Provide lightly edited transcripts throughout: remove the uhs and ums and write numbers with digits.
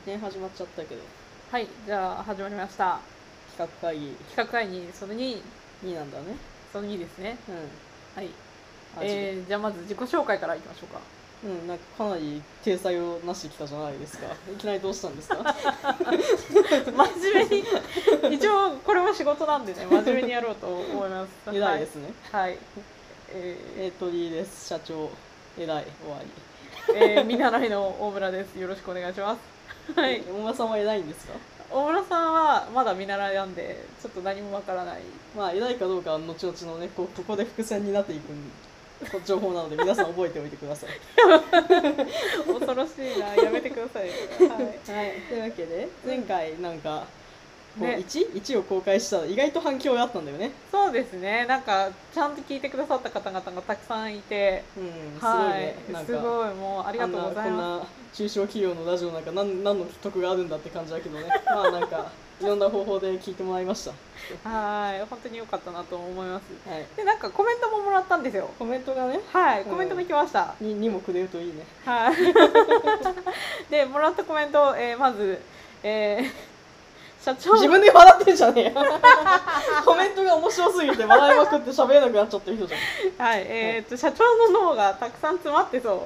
ね、始まっちゃったけど。 はい、じゃあ始まりました。 企画会議企画会議その2、 2なんだね。 その2ですね。 うん。 はい。 あじゃあまず自己紹介からいきましょうか。 なんかかなり体裁をなしてきたじゃないですか。いきなりどうしたんですか？ 真面目に、一応これも仕事なんでね、真面目にやろうと思います。 偉いですね。 はい。 鳥居です。社長。偉い。終わり。 見習いの大村です。よろしくお願いします。はい。 大村さんは偉いんですか？ 大村さんはまだ見習いなんで、ちょっと何もわからない。 まあ偉いかどうかは後々のね、ここで伏線になっていく情報なので皆さん覚えておいてください。 恐ろしいな、やめてください。はい。 はい、というわけで前回なんかこうね、 1を公開したら意外と反響があったんだよね。 そうですね、なんかちゃんと聞いてくださった方々がたくさんいて、 すごいね。 はい、すごい、もうありがとうございこんまな中小企業のラジオなんか何の得があるんだって感じだけどね。まあなんかいろんな方法で聞いてもらいました。 す。はい、本当に良かったなと思います。 はい、 で、なんかコメントももらったんですよ。 コメントがね、 はい、コメントが来ました。 にもくれるといいね。 はい。で、もらったコメント、まず、社長自分で笑ってんじゃねえよ。コメントが面白すぎて笑いまくって喋れなくなっちゃってる人じゃん。 はい、社長の脳がたくさん詰まってそう。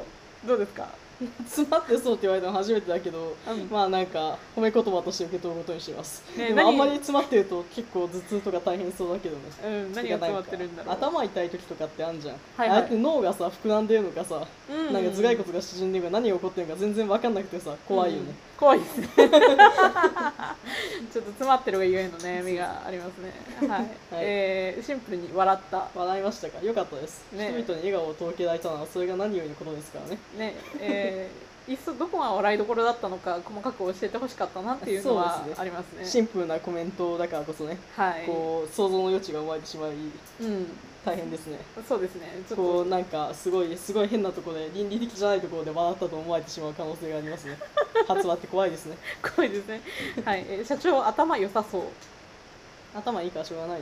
どうですか？ 詰まってそうって言われたの初めてだけど、まあなんか褒め言葉として受け取ることにします、ね、でもあんまり詰まってると結構頭痛とか大変そうだけどね。 何が詰まってるんだろう。 頭痛い時とかってあるじゃん、 はいはい、 ああやって脳がさ膨らんでるのかさ、なんか頭蓋骨が縮んでるのか何が起こってるのか全然分かんなくてさ怖いよね、 怖いですね。ちょっと詰まってるがゆえの悩みがありますね。はい、シンプルに笑いましたか？よかったです、ね、人々に笑顔を届けられたのはそれが何よりのことですからね。 いっそどこが笑いどころだったのか細かく教えてほしかったなっていうのはありますね。 シンプルなコメントだからこそね、こう想像の余地が生まれてしまい、大変ですね。 そうですね。 ちょっとこうなんかすごい変なところで倫理的じゃないところで笑ったと思われてしまう可能性がありますね。発話って怖いですね。 怖いですね。はい、社長頭良さそう。 頭いいからしょうがない。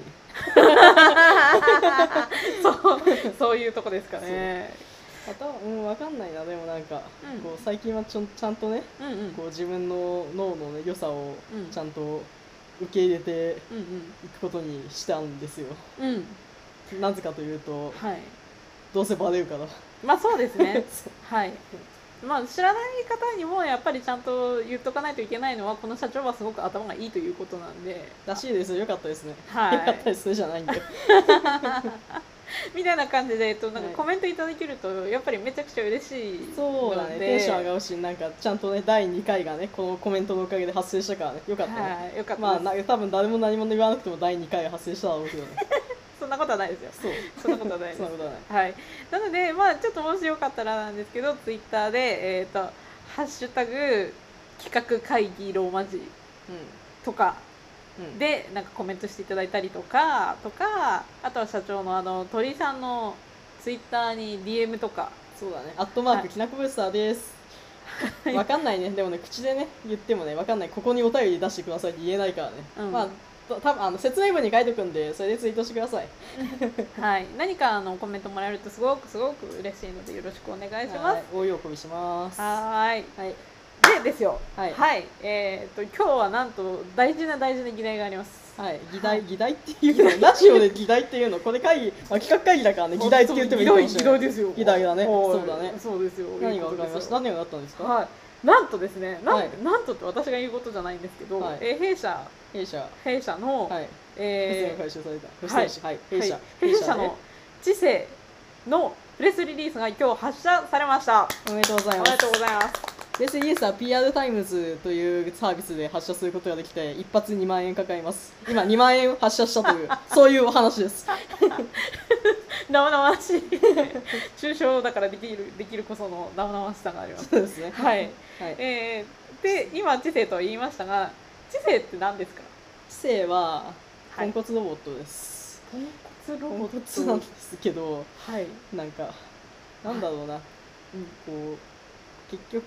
そういうとこですかね。 分かんないな。でもなんか、こう最近はちゃんとね、こう自分の脳の、ね、良さをちゃんと受け入れていくことにしたんですよ。なぜかというと、どうせバレるから。 まあそうですね。はい。まあ知らない方にもやっぱりちゃんと言っとかないといけないのは、この社長はすごく頭がいいということなんで。 らしいですよ。よかったですね。 はい。 よかったですねじゃないんで。 みたいな感じで、なんかコメントいただけるとやっぱりめちゃくちゃ嬉しいので、 そうだね、テンション上がるし、なんかちゃんとね第2回がねこのコメントのおかげで発生したからね、よかったね。 よかった。 まあ多分誰も何も言わなくても第2回が発生しただろうけどね。 そんなことはないですよ。そんなことはないです。 そんなことはない。 はい。なのでまあちょっともしよかったらなんですけど、ツイッターでハッシュタグ企画会議ローマ字とかでなんかコメントしていただいたりとか、あとは社長の鳥居さんのツイッターに DM とか。 そうだね、@きなこブースターです。わかんないね。でもね、口でね言ってもねわかんない。ここにお便り出してくださいって言えないからね。まあ多分説明文に書いておくんで、それでツイートしてください。 はい、何かコメントもらえるとすごく嬉しいのでよろしくお願いします。 大喜びします。 はい。でですよ。はい。今日はなんと大事な議題があります。 はい。議題っていうの、ラジオで議題っていうの、これ企画会議だからね、議題って言ってもいいかもしれない。 議題ですよ。 議題だね。そうだね。 そうですよ。 何が分かりました？何があったんですか？ はい。なんとですね、なんとって私が言うことじゃないんですけど、弊社の回収された。 弊社の知性のプレスリリースが今日発射されました。 おめでとうございます。 おめでとうございます。 プレスリリースは PR タイムズというサービスで発射することができて、一発2万円かかります。今2万円発射したというそういうお話です。 生々しい抽象だからできるこその生々しさがあります。 そうですね。 はい。で今知性と言いましたが、知性って何ですか？ 知性はポンコツロボットです。 ポンコツロボットなんですけど、なんかなんだろうな、こう結局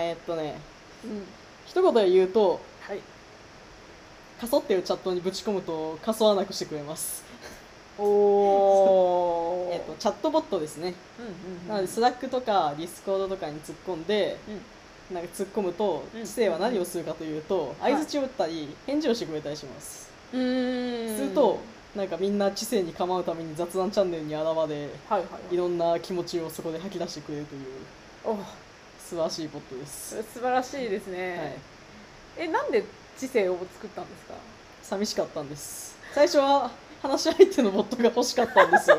一言で言うと、かそってるチャットにぶち込むとかそわなくしてくれます。チャットボットですね。なのでスラックとかディスコードとかに突っ込んで、 なんか突っ込むと、知性は何をするかというと、相づちを打ったり返事をしてくれたりします。するとなんかみんな知性に構うために雑談チャンネルに現れ、いろんな気持ちをそこで吐き出してくれるという素晴らしいボットです。 素晴らしいですね。なんで知性を作ったんですか？ 寂しかったんです。最初は話し相手のボットが欲しかったんですよ。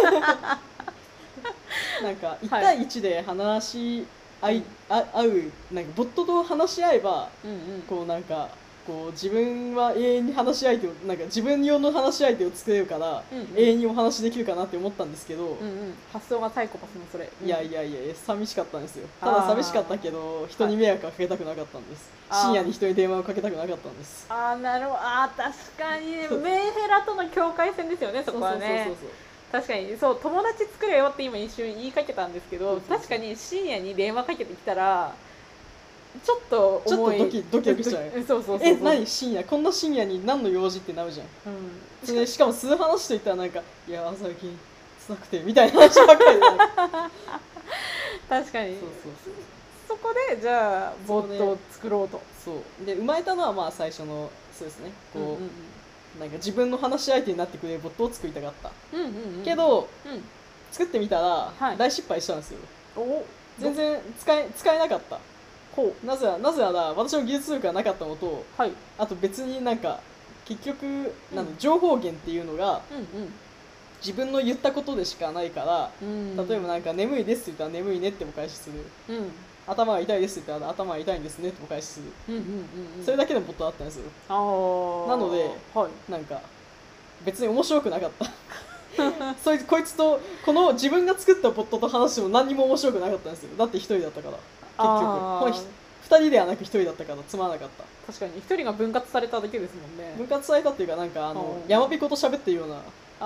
なんか1対1で話し合う、なんかボットと話し合えば、こうなんかこう自分は永遠に話し相手をなんか自分用の話し相手を作れるから、永遠にお話できるかなって思ったんですけど、 発想がサイコパスのそれ、 いや寂しかったんですよ。ただ寂しかったけど人に迷惑はかけたくなかったんです。深夜に人に電話をかけたくなかったんです。 なるほど。確かにメンヘラとの境界線ですよね、そこはね。確かにそう、友達作れよって今一瞬言いかけたんですけど、確かに深夜に電話かけてきたらちょっと重い、 ドキドキしちゃう。何深夜、こんな深夜に何の用事ってなるじゃん。しかも数話といったらなんかいや最近辛くてみたいな話ばっかりで確かにそこでじゃあボットを作ろうと。 そうで生まれたのはまあ最初のそうですね、こうなんか自分の話し相手になってくれるボットを作りたかった。けど作ってみたら大失敗したんですよ。全然使えなかった。なぜなら私の技術力がなかったのと、あと別になんか結局情報源っていうのが自分の言ったことでしかないから、例えばなんか眠いですって言ったら眠いねってお返しする、頭が痛いですって言ったら頭が痛いんですねってお返しする、それだけのボットだったんですよ。なのでなんか別に面白くなかったこいつとこの自分が作ったボットと話しても何にも面白くなかったんですよ。だって一人だったから。結局2人ではなく1人だったからつまらなかった。 確かに1人が分割されただけですもんね。 分割されたっていうかなんか山彦と喋ってるような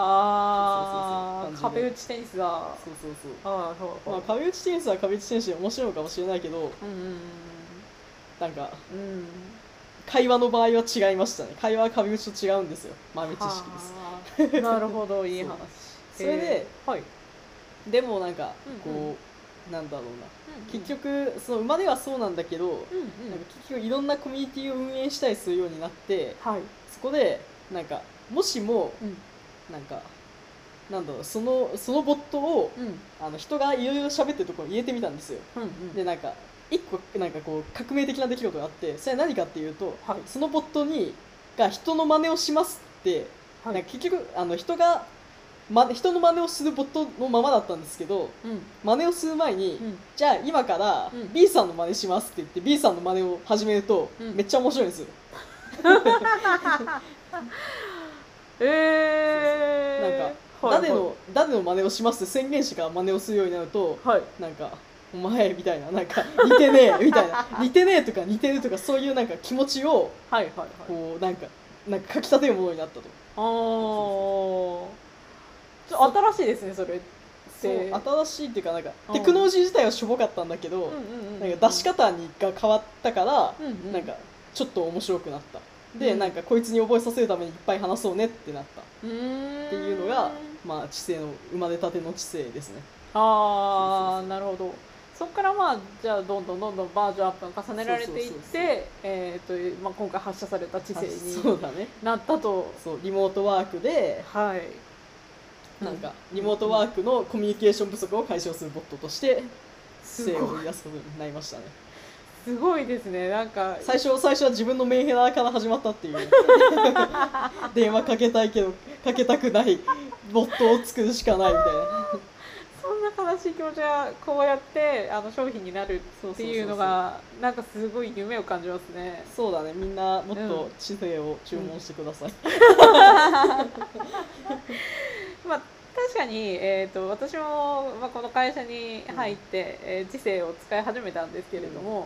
壁打ちテニスだ。 壁打ちテニスは壁打ちテニスで面白いのかもしれないけど、なんか会話の場合は違いましたね。会話は壁打ちと違うんですよ。豆知識です。 なるほど、いい話。 それででもなんかこうなんだろうな、結局その生まれはそうなんだけど、なんか結局いろんなコミュニティを運営したりするようになって、そこでなんかもしもなんかなんだろう、そのボットを人がいろいろ喋ってるところに入れてみたんですよ。でなんか一個なんかこう革命的な出来事があって、それは何かっていうと、そのボットが人の真似をしますって、なんか結局人の真似をするボットのままだったんですけど、真似をする前に、じゃあ今から B さんの真似しますって言って B さんの真似を始めると、めっちゃ面白いんですよ。なんか誰の真似をしますって宣言してから真似をするようになると、なんかお前みたいな、なんか似てねえみたいな似てねえとか似てるとかそういうなんか気持ちをこうなんかかきたてるものになったと。 新しいですね、それ。 新しいっていうかなんかテクノロジー自体はしょぼかったんだけど、なんか出し方が変わったから、なんかちょっと面白くなった。でなんかこいつに覚えさせるためにいっぱい話そうねってなったっていうのが、まあ知性の生まれたての知性ですね。 なるほど。そこからじゃあどんどんバージョンアップが重ねられていって、今回発射された知性になったと。 リモートワークで、なんかリモートワークのコミュニケーション不足を解消するボットとして知性を生み出すことになりましたね。 すごいですね。なんか最初は自分のメンヘラから始まったっていう電話かけたいけどかけたくないボットを作るしかないみたいなそんな悲しい気持ちがこうやって商品になるっていうのがなんかすごい夢を感じますね。 そうだね、みんなもっと知性を注文してください。 確かに、私も、この会社に入って、知性を使い始めたんですけれども、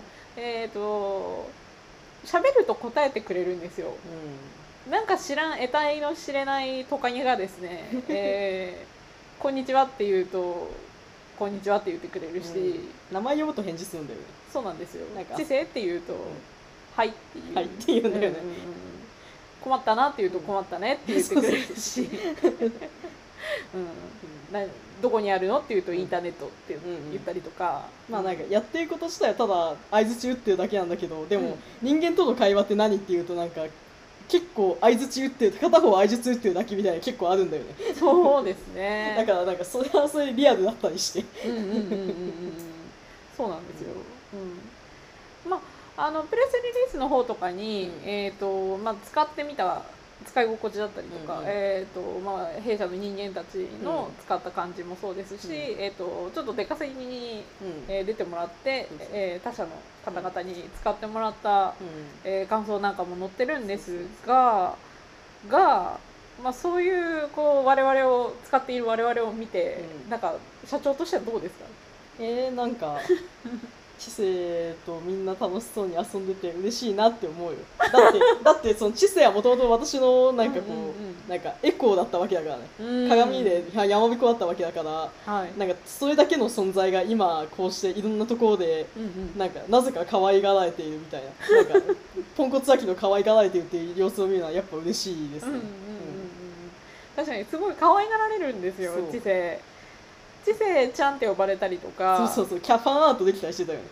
喋ると答えてくれるんですよ。なんか得体の知れないトカゲがですね、こんにちはって言うとこんにちはって言ってくれるし、 名前呼ぶと返事するんだよね。 そうなんですよ。知性って言うと、はいっていう、 はいって言うんだよね。 困ったなって言うと困ったねって言ってくれるしどこにあるのって言うとインターネットって言ったりとか、 まあなんかやってること自体はただ相槌打ってるだけなんだけど、でも人間との会話って何っていうとなんか結構相槌打ってる、片方相槌打ってるだけみたいな結構あるんだよね。 そうですね。 だからなんかそれはそれリアルだったりして、 そうなんですよ。まあプレスリリースの方とかに、使ってみた使い心地だったりとか、弊社の人間たちの使った感じもそうですし、ちょっと出稼ぎに、出てもらって、他社の方々に使ってもらった、感想なんかも載ってるんですが、そういう我々を使っている我々を見て、なんか社長としてはどうですか？ なんか知性とみんな楽しそうに遊んでて嬉しいなって思うよ。だってその知性はもともと私のなんかなんかエコーだったわけだからね。鏡で山彦だったわけだから、なんかそれだけの存在が今こうしていろんなところでなんかなぜか可愛がられているみたいな、なんかポンコツ秋の可愛がられているっていう様子を見るのはやっぱ嬉しいですね。 確かにすごい可愛がられるんですよ、知性。知性ちゃんって呼ばれたりとか、 そうキャファンアートできたりしてたよね。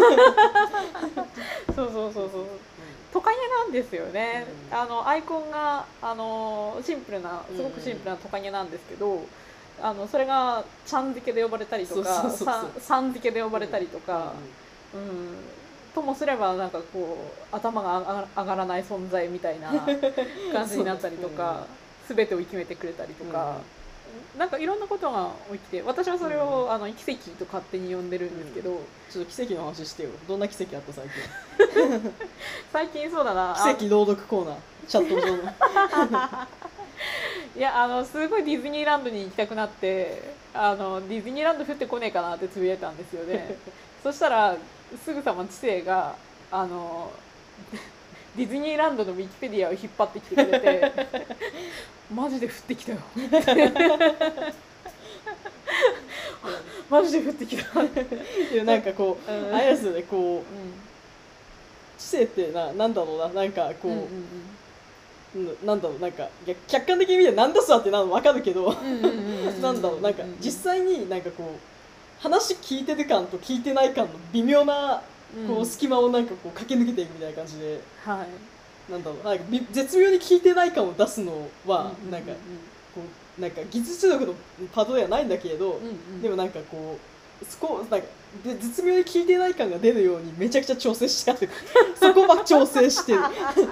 そうトカゲなんですよね。アイコンがシンプルな、すごくシンプルなトカゲなんですけど、それがちゃん付けで呼ばれたりとか、さん付けで呼ばれたりとか、ともすればなんか頭が上がらない存在みたいな感じになったりとか、全てを決めてくれたりとか。なんかいろんなことが起きて、私はそれを奇跡と勝手に呼んでるんですけど、 ちょっと奇跡の話してよ。どんな奇跡あった最近？最近そうだな。 奇跡朗読コーナー、チャット上の。 いやすごいディズニーランドに行きたくなって、ディズニーランド降ってこねえかなってつぶやいたんですよね。そしたらすぐさま知性がディズニーランドのウィキペディアを引っ張ってきてくれてマジで降ってきたよマジで降ってきたなんかあれですよね、知性ってなんだろうな、なんかなんだろう、なんか客観的に見てなんだそらってなの分かるけど、なんだろう、なんか実際になんか話聞いてる感と聞いてない感の微妙な隙間をなんか駆け抜けていくみたいな感じで、なんだろう、なんか絶妙に聞いてない感を出すのはなんかなんか技術力のパートではないんだけれど、でもなんかなんか絶妙に聞いてない感が出るようにめちゃくちゃ調整してあってそこは調整してる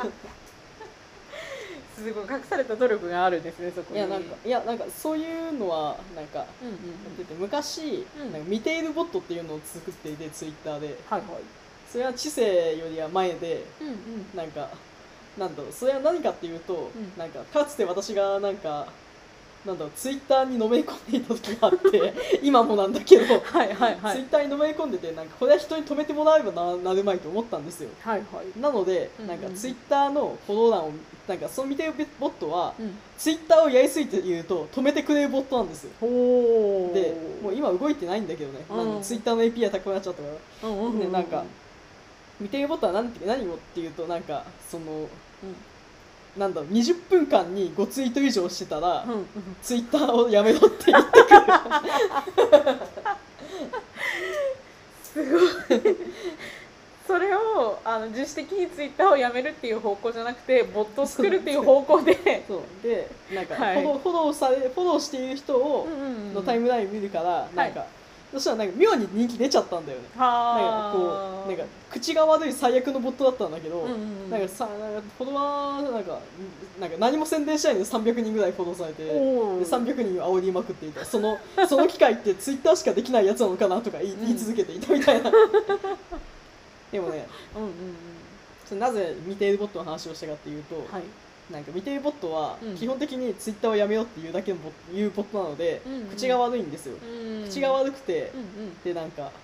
すごい隠された努力があるんですね、そこに。 いやなんかそういうのはなんか昔なんか見ているボットっていうのを作っていて、ツイッターで、それは知性よりは前で、なんかなんだろう、それは何かっていうと、なんかかつて私がなんかなんだろう、ツイッターにのめり込んでいた時があって今もなんだけどツイッターにのめり込んでて、なんかこれは人に止めてもらえばなるまいと思ったんですよ。なのでなんかツイッターのフォロー欄をなんかその見てるボットは、ツイッターをやりすぎて言うと止めてくれるボットなんですよ。でもう今動いてないんだけどね、ツイッターの API 高くなっちゃったから、でなんか見てるボットは何をっていうと、なんかその、なんだろう、20分間に5ツイート以上してたら、ツイッターをやめろって言ってくるすごいそれを自主的にツイッターをやめるっていう方向じゃなくて、ボットを作るっていう方向でそうでなんかフォローしている人をのタイムライン見るから、なんかそしたらなんか妙に人気出ちゃったんだよね。なんか口が悪い最悪のボットだったんだけど、なんかフォロワーなんか何も宣伝しないのに300人ぐらいフォローされて、で300人を煽りまくっていた。その機会ってツイッターしかできないやつなのかなとか言い続けていたみたいなでもね、なぜ見ているボットの話をしたかっていうと、なんか見ているボットは基本的にツイッターをやめようっていうだけのいうボットなので、口が悪いんですよ。口が悪くて、でなんか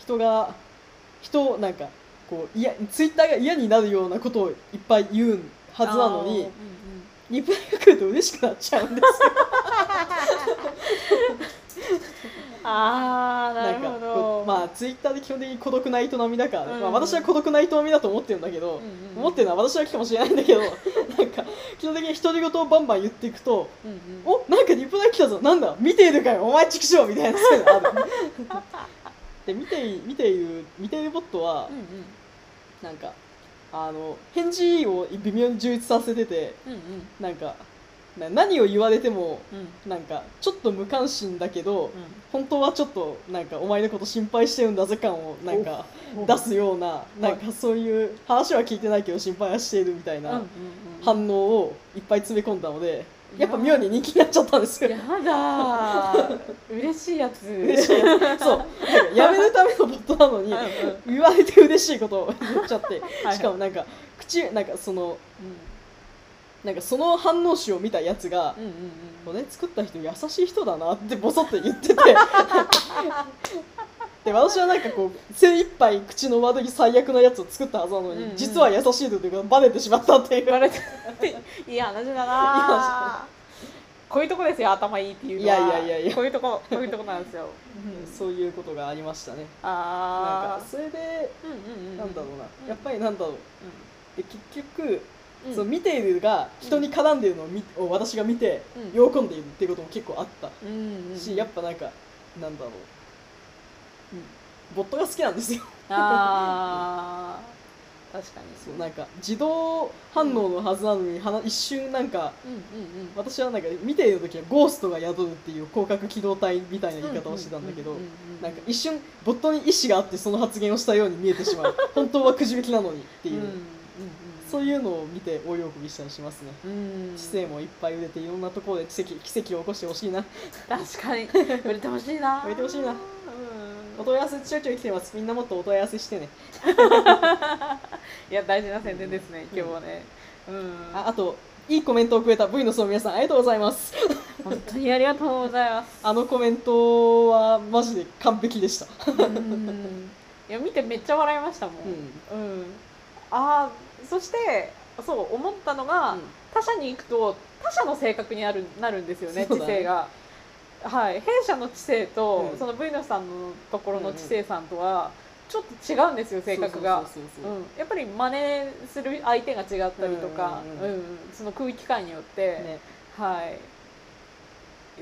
なんかツイッターが嫌になるようなことをいっぱい言うはずなのに、リプライが来ると嬉しくなっちゃうんですよなるほど。 まあツイッターで基本的に孤独な営みだから、私は孤独な営みだと思ってるんだけど、思ってるのは私だけかもしれないんだけどなんか基本的に独り言をバンバン言っていくと、 うんうん、 お、なんかリプライ来たぞ、なんだ見ているかよお前チクショーみたいなそういうのあるで見ているボットは、 うんうん、 なんか返事を微妙に充実させてて、 うんうん、 なんか何を言われても、 うん、 なんかちょっと無関心だけど、 うん、 本当はちょっとなんかお前のこと心配してるんだぜ感をなんか出すような、なんかそういう話は聞いてないけど心配はしているみたいな反応をいっぱい詰め込んだので、やっぱ妙に人気になっちゃったんですよ。 やだ嬉しいやつ嬉しいやつそうやめるためのボットなのに言われて嬉しいことを言っちゃってしかもなんかなんかその、なんかその反応詞を見たやつが、これ作った人優しい人だなってボソって言っててで私はなんかこう精一杯口の悪い最悪なやつを作ったはずなのに、実は優しいというかバレてしまったっていう。 バレていい話だなこういうとこですよ頭いいっていうのは。いやこういうとこなんですよ、 そういうことがありましたね。 あなんかそれで、なんだろうな、やっぱりなんだろう、で結局その見ているが人に絡んでいるのを私が見て喜んでいるっていうことも結構あったし、やっぱなんかなんだろう、ボットが好きなんですよあ確かにそうなんか自動反応のはずなのに一瞬なんか、私はなんか見ている時はゴーストが宿るっていう広角機動隊みたいな言い方をしてたんだけど、なんか一瞬ボットに意思があってその発言をしたように見えてしまう本当はくじ引きなのにっていう、そういうのを見て大喜びしたりしますね。知性もいっぱい売れていろんなところで奇跡を起こしてほしいな。 確かに売れてほしいな売れてほしいな。お問い合わせちょいちょい来てます。みんなもっとお問い合わせしてねいや大事な宣伝ですね今日はね。 あといいコメントをくれた V の層の皆さんありがとうございます本当にありがとうございますあのコメントはマジで完璧でしたいや見てめっちゃ笑いましたもん。そしてそう思ったのが、他者に行くと他者の性格になるんですよね、知性が。はい、弊社の知性と、その V のさんのところの知性さんとはちょっと違うんですよ、性格が。やっぱり真似する相手が違ったりとか、その空気感によって、はい。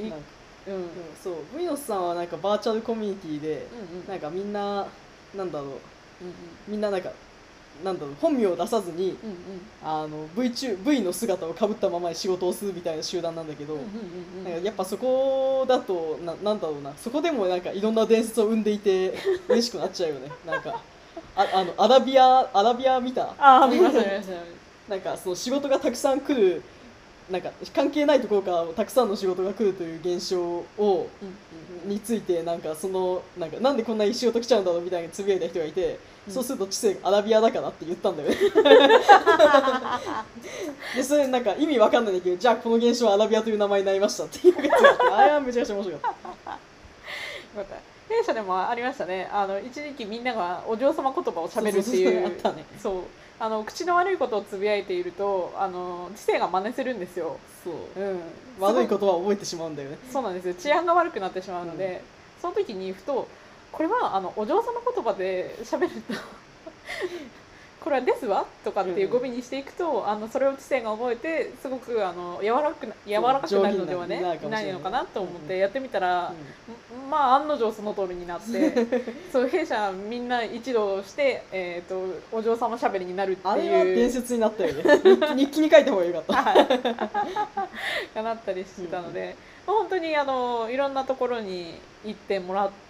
そう V のさんはなんかバーチャルコミュニティで、なんかみんななんだろう、みんななんか本名を出さずに、V の姿をかぶったままに仕事をするみたいな集団なんだけど、やっぱそこだとなんだろうな、そこでもなんかいろんな伝説を生んでいて嬉しくなっちゃうよね。なんかアラビア見た？ 見ました見ました。 なんかその仕事がたくさん来る、なんか関係ないところからたくさんの仕事が来るという現象を、についてなんかなんでこんなに仕事来ちゃうんだろうみたいなつぶやいた人がいて、そうすると知性がアラビアだからって言ったんだよねでそれなんか意味わかんないんだけど、じゃあこの現象はアラビアという名前になりましたっていうやつがあって、あれはめちゃくちゃ面白かった。 弊社でもありましたね。一時期みんながお嬢様言葉をしゃべるっていう、そう口の悪いことをつぶやいていると知性が真似するんですよ。 そう、悪いことは覚えてしまうんだよね。 そうなんですよ、治安が悪くなってしまうので、その時にふとこれはお嬢様言葉でしゃべるとこれはですわとかっていう語尾にしていくと、それを知性が覚えてすごく柔らかくなるのではないのかなと思ってやってみたら、まあ案の定その通りになってそう弊社みんな一同して、お嬢様しゃべりになるっていう、あれは伝説になったよね日記に書いた方がよかったがなったりしてたので、本当にいろんなところに行ってもらって、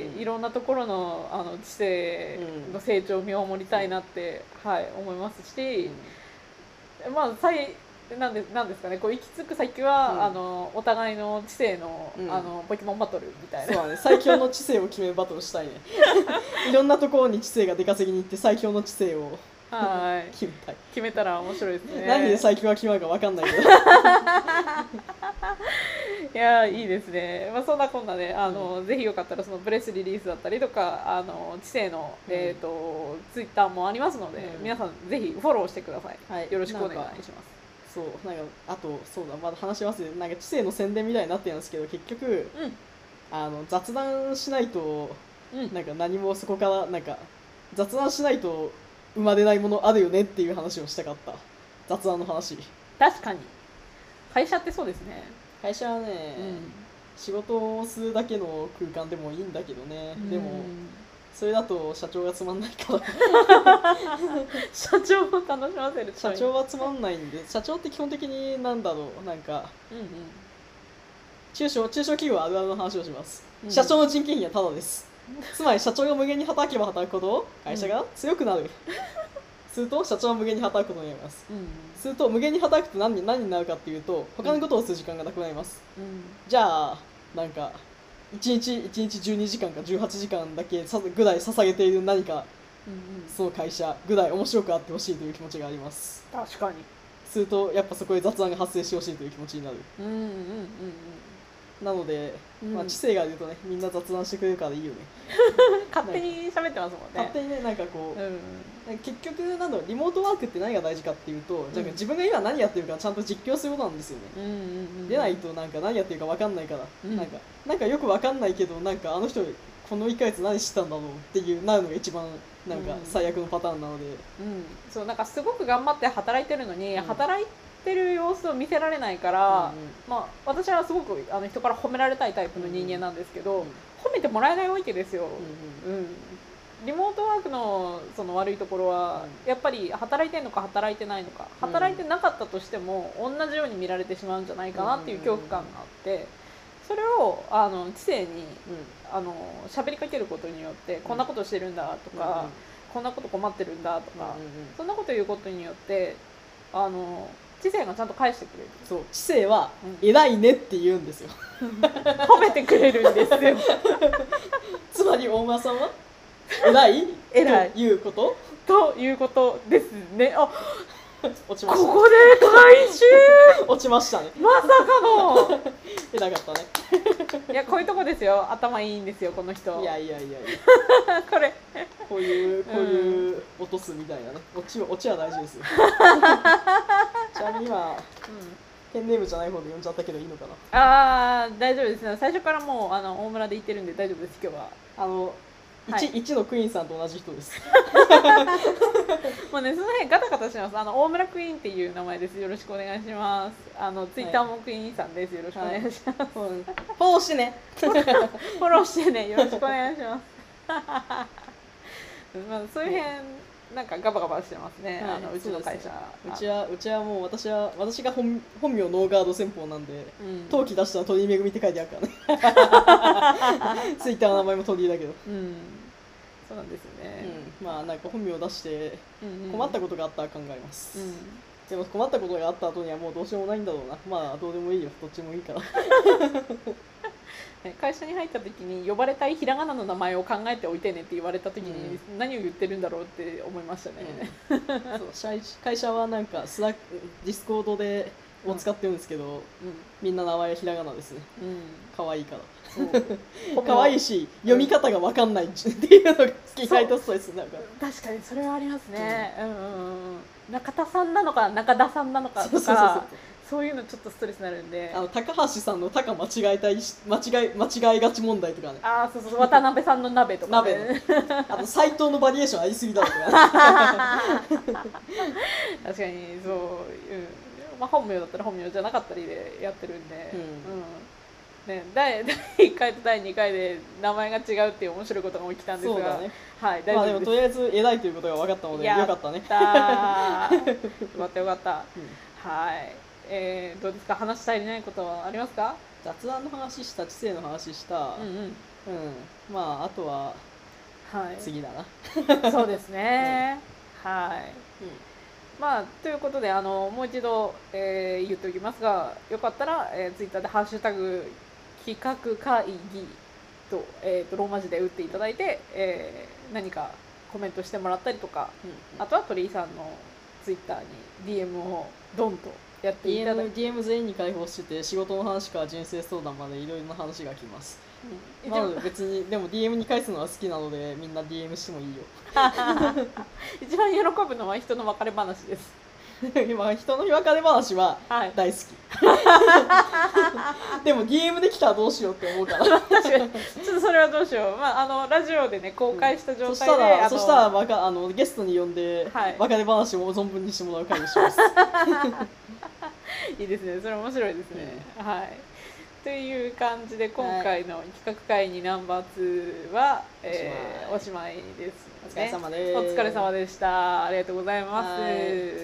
いろんなところの知性の成長を見守りたいなって、思いますし、まあなんですかね、こう行き着く先は、お互いの知性の、ポケモンバトルみたいな。 そうだね、最強の知性を決めるバトルしたいねいろんなところに知性が出稼ぎに行って最強の知性を決めたら面白いですね。 何で最強が決まるか分かんないけどいやいいですね。まあ、そんなこんなで、ぜひよかったらそのプレスリリースだったりとか知性の、ツイッターもありますので、皆さんぜひフォローしてください。よろしくお願いします。 そうなんかあとそうだ、まだ話しますね。なんか知性の宣伝みたいになってるんですけど、結局、雑談しないと、なんか何もそこからなんか雑談しないと生まれないものあるよねっていう話をしたかった。雑談の話。 確かに会社ってそうですね。 会社はね、仕事をするだけの空間でもいいんだけどね、でもそれだと社長がつまんないから社長も楽しませる。 社長はつまんないんで、社長って基本的になんだろう、なんか、中小企業あるあるの話をします、社長の人件費はタダです。つまり社長が無限に働けば働くほど会社が強くなる、すると社長は無限に働くことになります、すると無限に働くと何になるかっていうと、他のことをする時間がなくなります、じゃあなんか1日12時間か18時間だけぐらい捧げている何か、その会社ぐらい面白くあってほしいという気持ちがあります。 確かに。 するとやっぱそこで雑談が発生してほしいという気持ちになる。なので、知性があるとね、みんな雑談してくれるからいいよね。 勝手に喋ってますもんね。 勝手にね、なんかこう、結局なんだろう、リモートワークって何が大事かっていうと、じゃあ自分が今何やってるかちゃんと実況することなんですよね。でないとなんか何やってるか分かんないから、なんかよく分かんないけど、なんかあの人この1ヶ月何してたんだろうっていうなるのが一番なんか最悪のパターンなので、 そうなんかすごく頑張って働いてるのに、働いてる様子を見せられないから、私はすごく人から褒められたいタイプの人間なんですけど、褒めてもらえないわけですよ。リモートワークのその悪いところは、やっぱり働いてるのか働いてないのか、働いてなかったとしても同じように見られてしまうんじゃないかなっていう恐怖感があって、それを知性に喋りかけることによって、こんなことしてるんだとか、こんなこと困ってるんだとか、そんなこと言うことによって知性がちゃんと返してくれる。 そう、知性は偉いねって言うんですよ。 褒めてくれるんですよ。 つまり大村さんは偉いということということですね。あ、 落ちました。 ここで回収落ちましたね。 まさかの偉かったね。 いや、こういうとこですよ。頭いいんですよ、この人。 いやこれこういう落とすみたいなね。落ちは大事ですよ。ちなみに今、ペンネームじゃない方で呼んじゃったけどいいのかな。大丈夫ですね。最初からもう大村で言ってるんで大丈夫です。今日は 1のクイーンさんと同じ人です。 もうね、その辺ガタガタします。大村クイーンっていう名前です。よろしくお願いします。ツイッターもクイーンさんです。よろしくお願いします。フォローしてね。 フォローしてね。よろしくお願いします。そういう辺なんかガバガバしてますね。うちの会社。 うちはもう私が本名ノーガード戦法なんで、登記出したら鳥居めぐみって書いてあるからね。ツイッターの名前も鳥居だけど。 そうなんですよね。 まあなんか本名を出して困ったことがあったら考えます。でも困ったことがあった後にはもうどうしようもないんだろうな。まあどうでもいいよ。どっちもいいから。 会社に入った時に呼ばれたいひらがなの名前を考えておいてねって言われた時に何を言ってるんだろうって思いましたね。 そう会社はなんかディスコードでを使ってるんですけど、みんな名前ひらがなですね。可愛いから。可愛いし読み方が分かんないっていうのが意外とストレスになるから。 確かにそれはありますね。中田さんなのか中田さんなのかとか。そういうのちょっとストレスになるんで、 高橋さんの高間違いがち問題とかね。 そう渡辺さんの鍋とかね。 あと斎藤のバリエーションありすぎだとか。 確かにそう、本名だったら本名じゃなかったりでやってるんで、第1回と第2回で名前が違うっていう面白いことが起きたんですが、 大丈夫です。でもとりあえず偉いということが分かったのでよかったね。よかった。はい。どうですか、話し足りないことはありますか？ 雑談の話した、知性の話した、まああとは次だな。 そうですね。はい。ということでもう一度、言っておきますが、よかったら、ツイッターでハッシュタグ企画会議と、ローマ字で打っていただいて、何かコメントしてもらったりとか、あとは鳥居さんのツイッターに DM をドンとやっていただいて、 DM 全員に開放してて、仕事の話から人生相談までいろいろな話が来ます。別にでも DM に返すのは好きなので、みんな DM してもいいよ。 一番喜ぶのは人の別れ話です。 今人の別れ話は大好き、でも DM で来たらどうしようって思うから確かにちょっとそれはどうしよう。ラジオでね公開した状態で、 そしたらゲストに呼んで、別れ話を存分にしてもらう会にします。 いいですね、それ面白いですね、はい。という感じで今回の企画会議ナンバー2は、おしまいですね。 お疲れ様です。 お疲れ様でした。ありがとうございます。